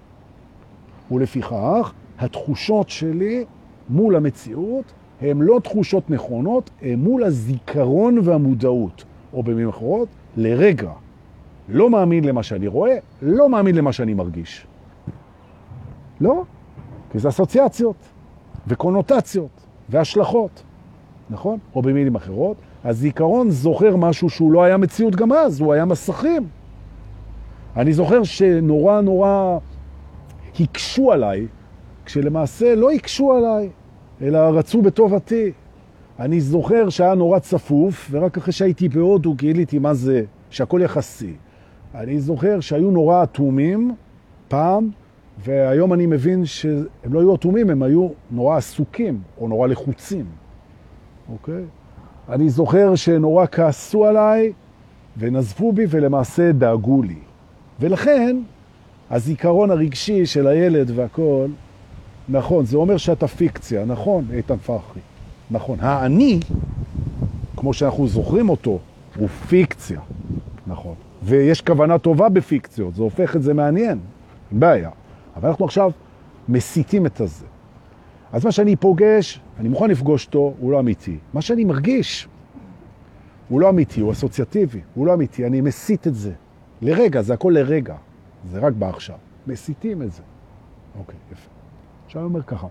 ולפיכך, התחושות שלי מול המציאות הן לא תחושות נכונות, הן מול הזיכרון והמודעות. או במילים אחרות, לרגע. לא מאמין למה שאני רואה, לא מאמין למה שאני מרגיש. לא, כי זה אסוציאציות וקונוטציות והשלכות. נכון? או במילים אחרות, הזיכרון זוכר משהו שהוא לא היה מציאות גם אז, הוא היה מסכים. אני זוכר שנורא הקשו עליי, כשלמעשה לא הקשו עליי, אלא רצו בטובתי. אני זוכר שהיה נורא צפוף, ורק אחרי שהייתי בהודו גיליתי מה זה, שהכל יחסי. אני זוכר שהיו נורא אטומים פעם, והיום אני מבין שהם לא היו אטומים, הם היו נורא עסוקים, או נורא לחוצים. אוקיי? אני זוכר שנורא כעסו עליי, ונזפו בי, ולמעשה דאגו לי. ולכן, הזיכרון הרגשי של הילד והכל, נכון, זה אומר שאתה פיקציה, נכון, איתן פחרי. נכון, האני, כמו שאנחנו זוכרים אותו, הוא פיקציה, נכון. ויש כוונה טובה בפיקציות, זה הופך את זה מעניין, בעיה. אבל אנחנו עכשיו מסיתים את הזה. אז מה שאני פוגש, אני מוכן לפגוש אותו, הוא לא אמיתי. מה שאני מרגיש, הוא לא אמיתי, הוא אסוציאטיבי, הוא לא אמיתי, אני מסית את זה. לרגע, זה הכל לרגע, זה רק בעכשיו. מסיתים את זה. אוקיי, יפה. עכשיו אני אומר ככה.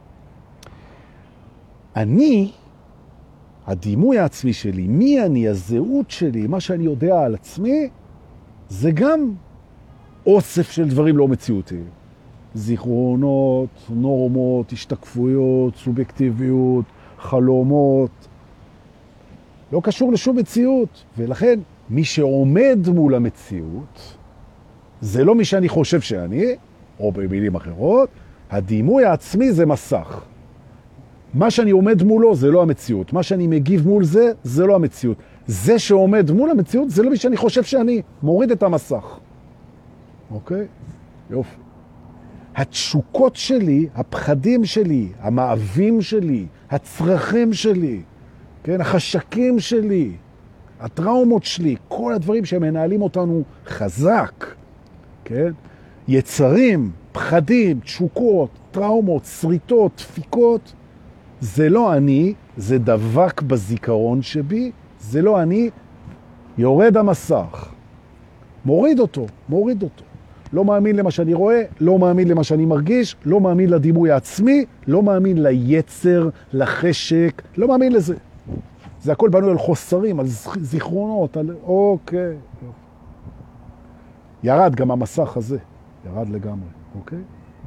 אני, הדימוי העצמי שלי, מי אני, הזהות שלי, מה שאני יודע על עצמי, זה גם אוסף של דברים לא מציאותיים. זיכרונות, נורמות, השתקפויות, סובייקטיביות, חלומות. לא קשור לשום מציאות. ולכן, מי שעומד מול המציאות, זה לא מי שאני חושב שאני, או במילים אחרות, הדימוי העצמי זה מסך. מה שאני עומד מולו זה לא המציאות. מה שאני מגיב מול זה, זה לא המציאות. זה שעומד מול המציאות, זה לא מי שאני חושב שאני. מוריד את המסך. אוקיי? יופי. התשוקות שלי, הפחדים שלי, המאווים שלי, הצרכים שלי, כן? החשקים שלי, הטראומות שלי, כל הדברים שמנהלים אותנו חזק, כן? יצרים, פחדים, תשוקות, טראומות, שריטות, דפיקות, זה לא אני, זה דבק בזיכרון שבי, זה לא אני, יורד המסך, מוריד אותו. לא מאמין למה שאני רואה, לא מאמין למה שאני מרגיש, לא מאמין לדימוי העצמי, לא מאמין ליצר, לחשק, לא מאמין לזה. זה הכל בנו על חוסרים, על זיכרונות, על... אוקיי. ירד גם המסך הזה, ירד לגמרי, אוקיי?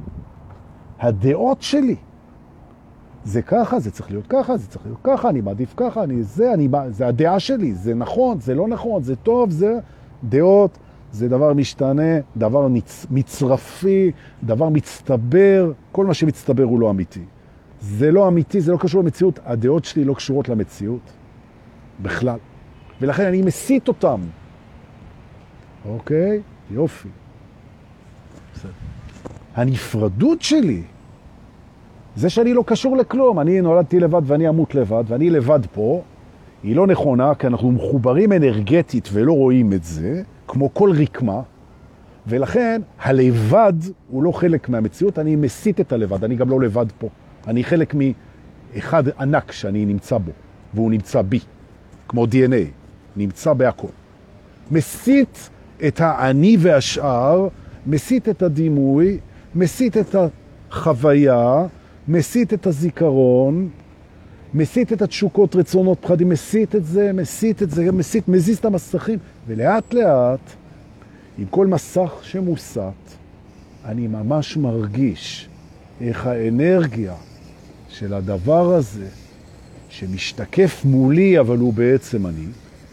הדעות שלי, זה ככה, זה צריך להיות ככה, זה צריך להיות ככה, אני מעדיף ככה, זה הדעה שלי, זה נכון, זה לא נכון, זה טוב, זה דעות, זה דבר משתנה, דבר מצרפי, דבר מצטבר, כל מה שמצטבר הוא לא אמיתי. זה לא אמיתי, זה לא קשור למציאות, הדעות שלי לא קשורות למציאות, בכלל. ולכן אני מסית אותם. אוקיי? יופי. בסדר. הנפרדות שלי, זה שאני לא קשור לכלום, אני נולדתי לבד ואני אמות לבד, ואני לבד פה, היא לא נכונה, כי אנחנו מחוברים אנרגטית ולא רואים את זה, כמו כל רקמה, ולכן הלבד הוא לא חלק מהמציאות, אני מסית את הלבד, אני גם לא לבד פה. אני חלק מאחד ענק שאני נמצא בו, והוא נמצא בי, כמו DNA, נמצא בהכל. מסית את האני והשאר, מסית את הדימוי, מסית את החוויה, מסית את הזיכרון, מסית את התשוקות, רצונות, פחדים, מסית את זה, מזיז את המסכים, ולאט לאט, עם כל מסך שמוסת, אני ממש מרגיש איך האנרגיה של הדבר הזה, שמשתקף מולי, אבל הוא בעצם אני,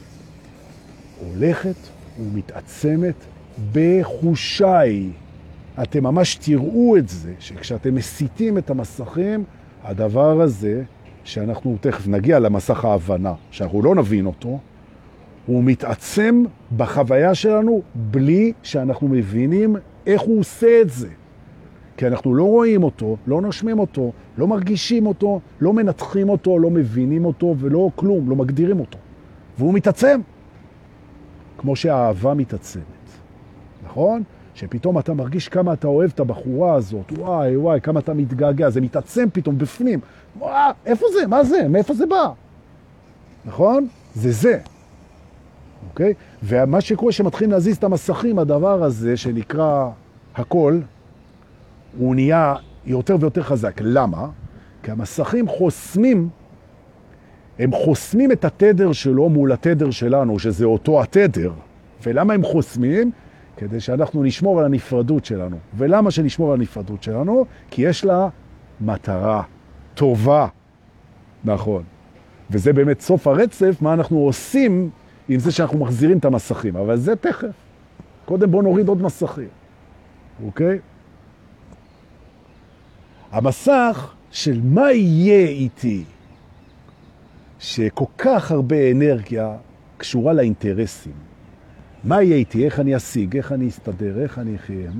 הולכת ומתעצמת בחושיי. אתם ממש תראו את זה, שכשאתם מסיתים את המסכים, הדבר הזה, שאנחנו תכף נגיע למסך ההבנה, שאנחנו לא נבין אותו, הוא מתעצם בחוויה שלנו בלי שאנחנו מבינים איך הוא עושה את זה. כי אנחנו לא רואים אותו, לא נושמים אותו, לא מרגישים אותו, לא מנתחים אותו, לא מבינים אותו ולא כלום, לא מגדירים אותו. והוא מתעצם, כמו שהאהבה מתעצמת. נכון? שפתאום אתה מרגיש כמה אתה אוהב את הבחורה הזאת, וואי וואי, כמה אתה מתגעגע, זה מתעצם פתאום בפנים. וואי, איפה זה? מה זה? מאיפה זה בא? נכון? זה. אוקיי? ומה שקורה שמתחילים להזיז את המסכים, הדבר הזה שנקרא הכל, הוא נהיה יותר ויותר חזק. למה? כי המסכים הם חוסמים את התדר שלו מול התדר שלנו, שזה אותו התדר. ולמה הם חוסמים? כדי שאנחנו נשמור על הנפרדות שלנו. ולמה שנשמור על הנפרדות שלנו? כי יש לה מטרה טובה. נכון. וזה באמת סוף הרצף, מה אנחנו עושים עם זה שאנחנו מחזירים את המסכים. אבל זה תכף. קודם בואו נוריד עוד מסכים. אוקיי? המסך של מה יהיה איתי, שכל כך הרבה אנרגיה קשורה לאינטרסים. מה יהיה איתי? איך אני אשיג? איך אני אסתדר? איך אני אחיה?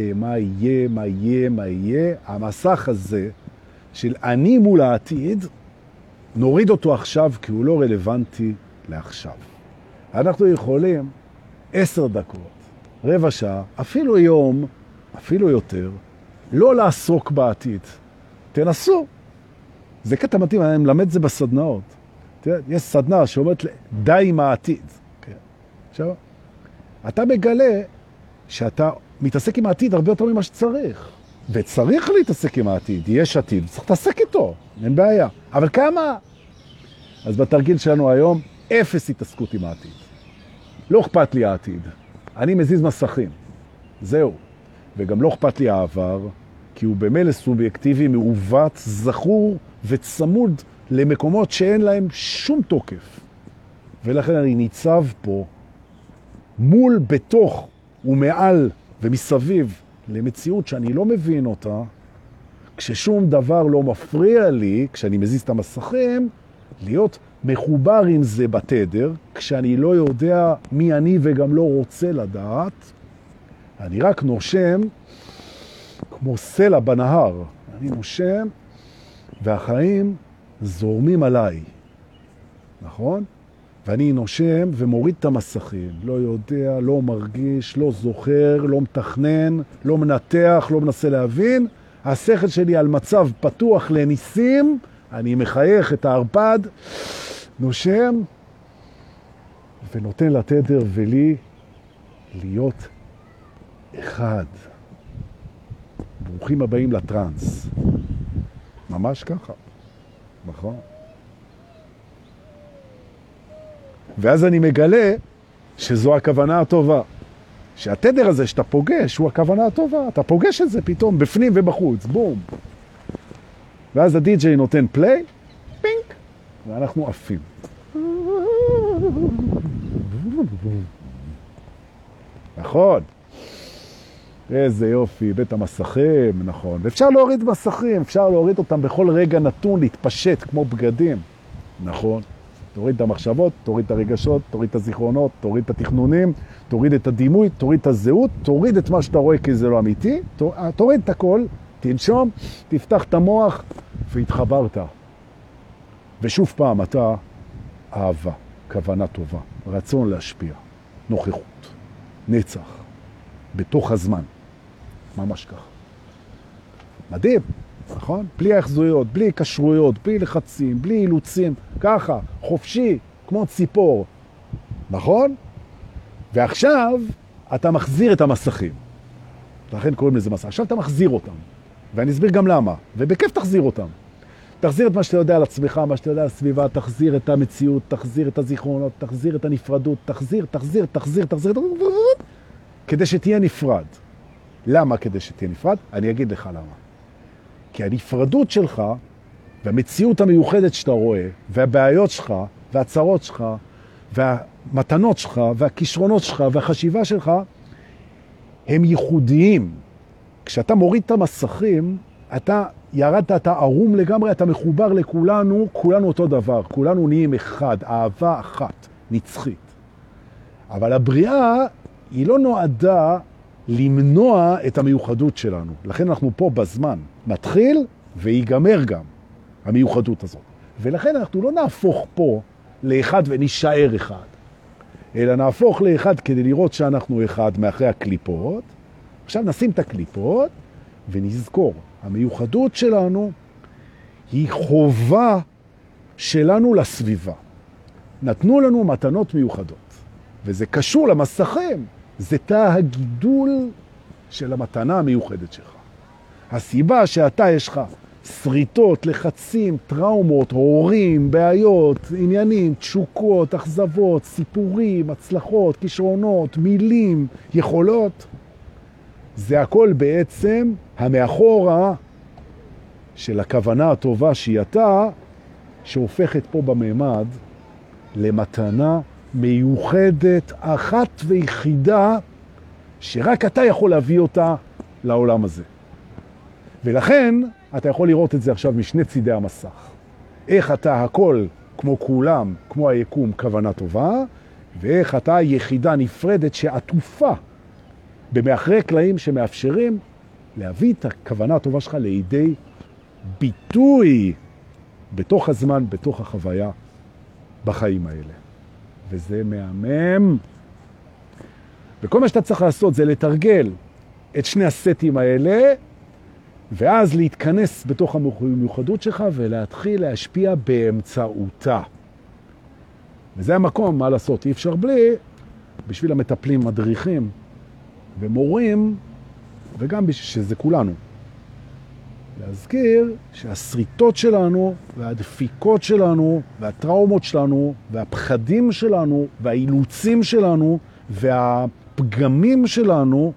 מה יהיה? המסך הזה של אני מול העתיד, נוריד אותו עכשיו כי הוא לא רלוונטי לעכשיו. אנחנו יכולים 10 דקות, רבע שעה, אפילו יום, אפילו יותר, לא לעסוק בעתיד. תנסו. זה קטע מתאים, אני מלמד את זה בסדנאות. יש סדנה שאומרת די עם העתיד. עכשיו, אתה מגלה שאתה מתעסק עם העתיד הרבה יותר ממה שצריך. וצריך להתעסק עם העתיד. יש עתיד, צריך להתעסק איתו, אין בעיה. אבל כמה? אז בתרגיל שלנו היום, 0 התעסקות עם העתיד. לא אכפת לי העתיד. אני מזיז מסכים. זהו. וגם לא אכפת לי העבר, כי הוא במילא סובייקטיבי, מעוות, זכור וצמוד למקומות שאין להם שום תוקף. ולכן אני ניצב פה מול, בתוך ומעל ומסביב למציאות שאני לא מבין אותה, כששום דבר לא מפריע לי, כשאני מזיז את המסכים, להיות מחובר עם זה בתדר, כשאני לא יודע מי אני וגם לא רוצה לדעת, אני רק נושם כמו סלע בנהר. אני נושם והחיים זורמים עליי. נכון? ואני נושם ומוריד את המסכים. לא יודע, לא מרגיש, לא זוכר, לא מתכנן, לא מנתח, לא מנסה להבין. השכל שלי על מצב פתוח לניסים, אני מחייך את הערפד, נושם ונותן לתדר ולי להיות אחד. ברוכים הבאים לטרנס. ממש ככה. נכון? ואז אני מגלה שזו הכוונה הטובה. שהתדר הזה שאתה פוגש הוא הכוונה הטובה. אתה פוגש את זה פתאום בפנים ובחוץ. בום. ואז הדי-ג'יי נותן פליי, פינק, ואנחנו עפים. נכון. איזה יופי, בית המסכים, נכון. ואפשר להוריד מסכים, אפשר להוריד אותם בכל רגע נתון, להתפשט כמו בגדים. נכון. תוריד את המחשבות, תוריד את הרגשות, תוריד את הזיכרונות, תוריד את התכנונים, תוריד את הדימוי, תוריד את הזהות, תוריד את מה שאתה רואה כי זה לא אמיתי, תוריד את הכל, תנשום, תפתח את המוח והתחברת. ושוב פעם, אתה אהבה, כוונה טובה, רצון להשפיע, נוכחות, נצח, בתוך הזמן. ממש כך. מדהים. נכון? בלי ההחזויות, בלי קשרויות, בלי לחצים, בלי אילוצים, ככה, חופשי, כמו ציפור, נכון? ועכשיו אתה מחזיר את המסכים. לכן קוראים לזה מסך. עכשיו אתה מחזיר אותם, ואני אסביר גם למה, ובכיף תחזיר אותם. תחזיר את מה שאתה יודע על עצמך, מה שאתה יודע על הסביבה, תחזיר את המציאות, תחזיר את הזיכרונות, תחזיר את הנפרדות, תחזיר, כדי שתהיה נפרד. למה כדי שתהיה נפרד? אני אגיד לך למה. כי הנפרדות שלך, והמציאות המיוחדת שאתה רואה, והבעיות שלך, והצרות שלך, והמתנות שלך, והכישרונות שלך, והחשיבה שלך, הם ייחודיים. כשאתה מוריד את המסכים, אתה ירדת, אתה ערום לגמרי, אתה מחובר לכולנו, כולנו אותו דבר, כולנו נהיים אחד, אהבה אחת, נצחית. אבל הבריאה היא לא נועדה למנוע את המיוחדות שלנו. לכן אנחנו פה בזמן, מתחיל ויגמר גם המיוחדות הזאת. ולכן אנחנו לא נהפוך פה לאחד ונשאר אחד, אלא נהפוך לאחד כדי לראות שאנחנו אחד מאחרי הקליפות. עכשיו נשים את הקליפות ונזכור, המיוחדות שלנו היא חובה שלנו לסביבה. נתנו לנו מתנות מיוחדות, וזה קשור למסכים. זה תא הגידול של המתנה המיוחדת שלך. הסיבה שאתה יש לך שריטות, לחצים, טראומות, הורים, בעיות, עניינים, תשוקות, אכזבות, סיפורים, הצלחות, כישרונות, מילים, יכולות, זה הכל בעצם המאחורה של הכוונה הטובה שהיא אתה, שהופכת פה בממד למתנה מיוחדת, אחת ויחידה, שרק אתה יכול להביא אותה לעולם הזה. ולכן אתה יכול לראות את זה עכשיו משני צידי המסך. איך אתה הכל כמו כולם, כמו היקום, כוונה טובה, ואיך אתה יחידה נפרדת שעטופה במאחרי קלעים שמאפשרים להביא את הכוונה הטובה שלך לידי ביטוי בתוך הזמן, בתוך החוויה, בחיים האלה. וזה מהמם. וכל מה שאתה צריך לעשות זה לתרגל את שני הסטים האלה, ואז להתכנס בתוך המיוחדות שלך ולהתחיל להשפיע באמצעותה. וזה המקום, מה לעשות? אי אפשר בלי, בשביל המטפלים, מדריכים ומורים, וגם שזה כולנו. להזכיר שהשריטות שלנו והדפיקות שלנו והטראומות שלנו והפחדים שלנו והאילוצים שלנו והפגמים שלנו,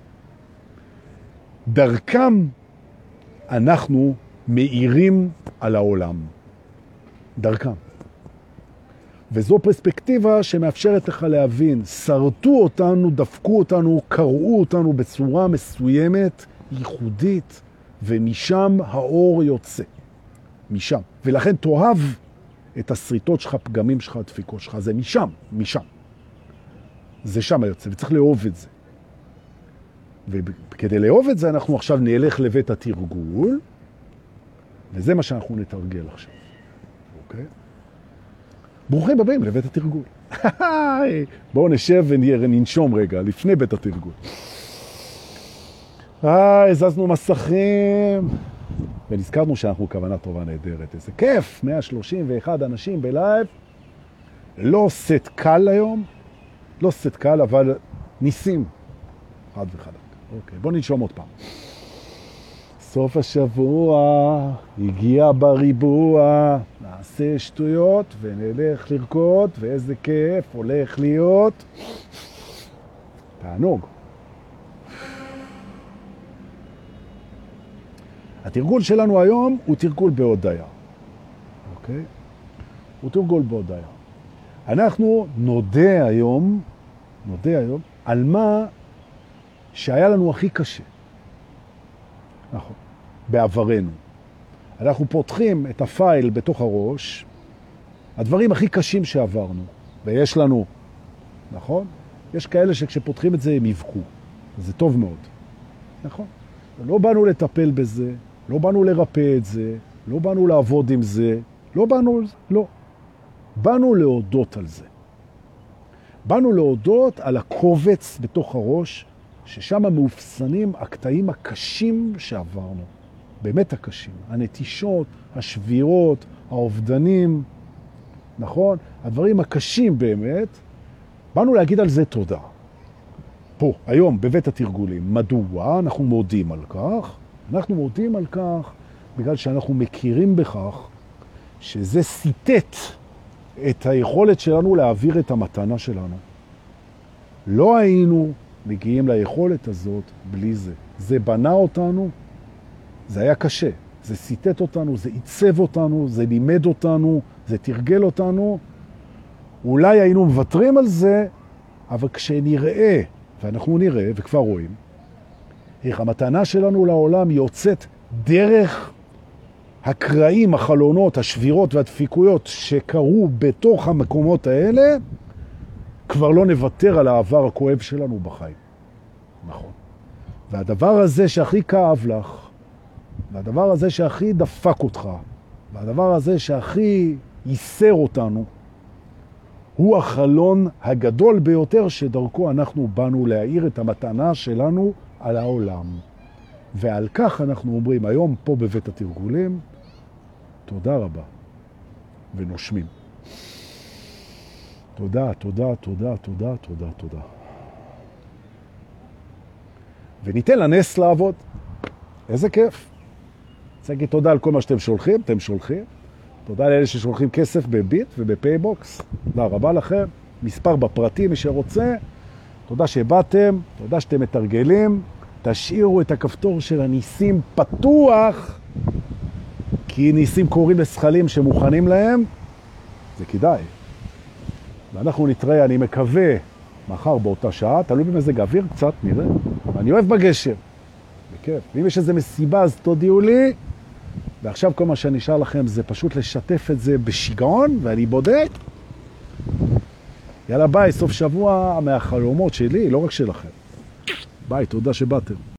דרכם אנחנו מאירים על העולם. דרכם. וזו פרספקטיבה שמאפשרת לך להבין, שרטו אותנו, דפקו אותנו, קראו אותנו בצורה מסוימת, ייחודית, ומשם האור יוצא. משם. ולכן תאהב את השריטות שלך, פגמים שלך, הדפיקות שלך. זה משם. זה שם היוצא, וצריך לאהוב את זה. וכדי לאהוב את זה, אנחנו עכשיו נלך לבית התרגול, וזה מה שאנחנו נתרגל עכשיו. אוקיי? ברוכים הבאים לבית התרגול. בואו נשב וננשום רגע, לפני בית התרגול. הזזנו מסכים, ונזכרנו שאנחנו כוונה טובה נהדרת. איזה כיף, 131 אנשים בלייב. לא סט קל היום, לא סט קל, אבל ניסים. חד וחלק. אוקיי, בואו ננשום עוד פעם. סוף השבוע, הגיע בריבוע, נעשה שטויות ונלך לרקוד, ואיזה כיף הולך להיות. תענוג. התרגול שלנו היום הוא תרגול בהודיה. אוקיי? הוא תרגול בהודיה. אנחנו נודה היום על מה שהיה לנו הכי קשה. נכון. בעברנו. אנחנו פותחים את הפייל בתוך הראש, הדברים הכי קשים שעברנו, ויש לנו, נכון? יש כאלה שכשפותחים את זה הם יבכו. זה טוב מאוד. נכון? לא באנו לטפל בזה, לא באנו לרפא את זה, לא באנו לעבוד עם זה, לא. באנו להודות על זה. באנו להודות על הקובץ בתוך הראש, ששם מאופסנים הקטעים הקשים שעברנו באמת הקשים, הנטישות, השבירות, האובדנים, נכון? הדברים הקשים באמת, באנו להגיד על זה תודה. פה, היום, בבית התרגולים. מדוע? אנחנו מודים על כך. אנחנו מודים על כך בגלל שאנחנו מכירים בכך שזה סיטט את היכולת שלנו להעביר את המתנה שלנו. לא היינו מגיעים ליכולת הזאת בלי זה. זה בנה אותנו, זה היה קשה. זה סיטט אותנו, זה עיצב אותנו, זה לימד אותנו, זה תרגל אותנו. אולי היינו מוותרים על זה, אבל כשנראה, ואנחנו נראה וכבר רואים, איך המתנה שלנו לעולם יוצאת דרך הקרעים, החלונות, השבירות והדפיקויות שקרו בתוך המקומות האלה, כבר לא נוותר על העבר הכואב שלנו בחיים. נכון. והדבר הזה שהכי כאב לך, והדבר הזה שהכי דפק אותך, והדבר הזה שהכי ייסר אותנו, הוא החלון הגדול ביותר שדרכו אנחנו באנו להאיר את המתנה שלנו על העולם. ועל כך אנחנו אומרים היום פה בבית התרגולים, תודה רבה. ונושמים. תודה, תודה, תודה, תודה, תודה, תודה. וניתן לנס לעבוד. איזה כיף. רוצה להגיד תודה על כל מה שאתם שולחים, אתם שולחים. תודה לאלה ששולחים כסף בביט ובפייבוקס. תודה רבה לכם. מספר בפרטי, מי שרוצה. תודה שבאתם, תודה שאתם מתרגלים. תשאירו את הכפתור של הניסים פתוח, כי ניסים קוראים לשכלים שמוכנים להם. זה כדאי. ואנחנו נתראה, אני מקווה, מחר באותה שעה, תלוי במזג האוויר קצת, נראה. אני אוהב בגשם. בכיף. ואם יש איזו מסיבה, אז תודיעו לי. ועכשיו כל מה שנשאר לכם זה פשוט לשתף את זה בשיגעון, ואני בודק. יאללה ביי, סוף שבוע מהחלומות שלי, לא רק שלכם. ביי, תודה שבאתם.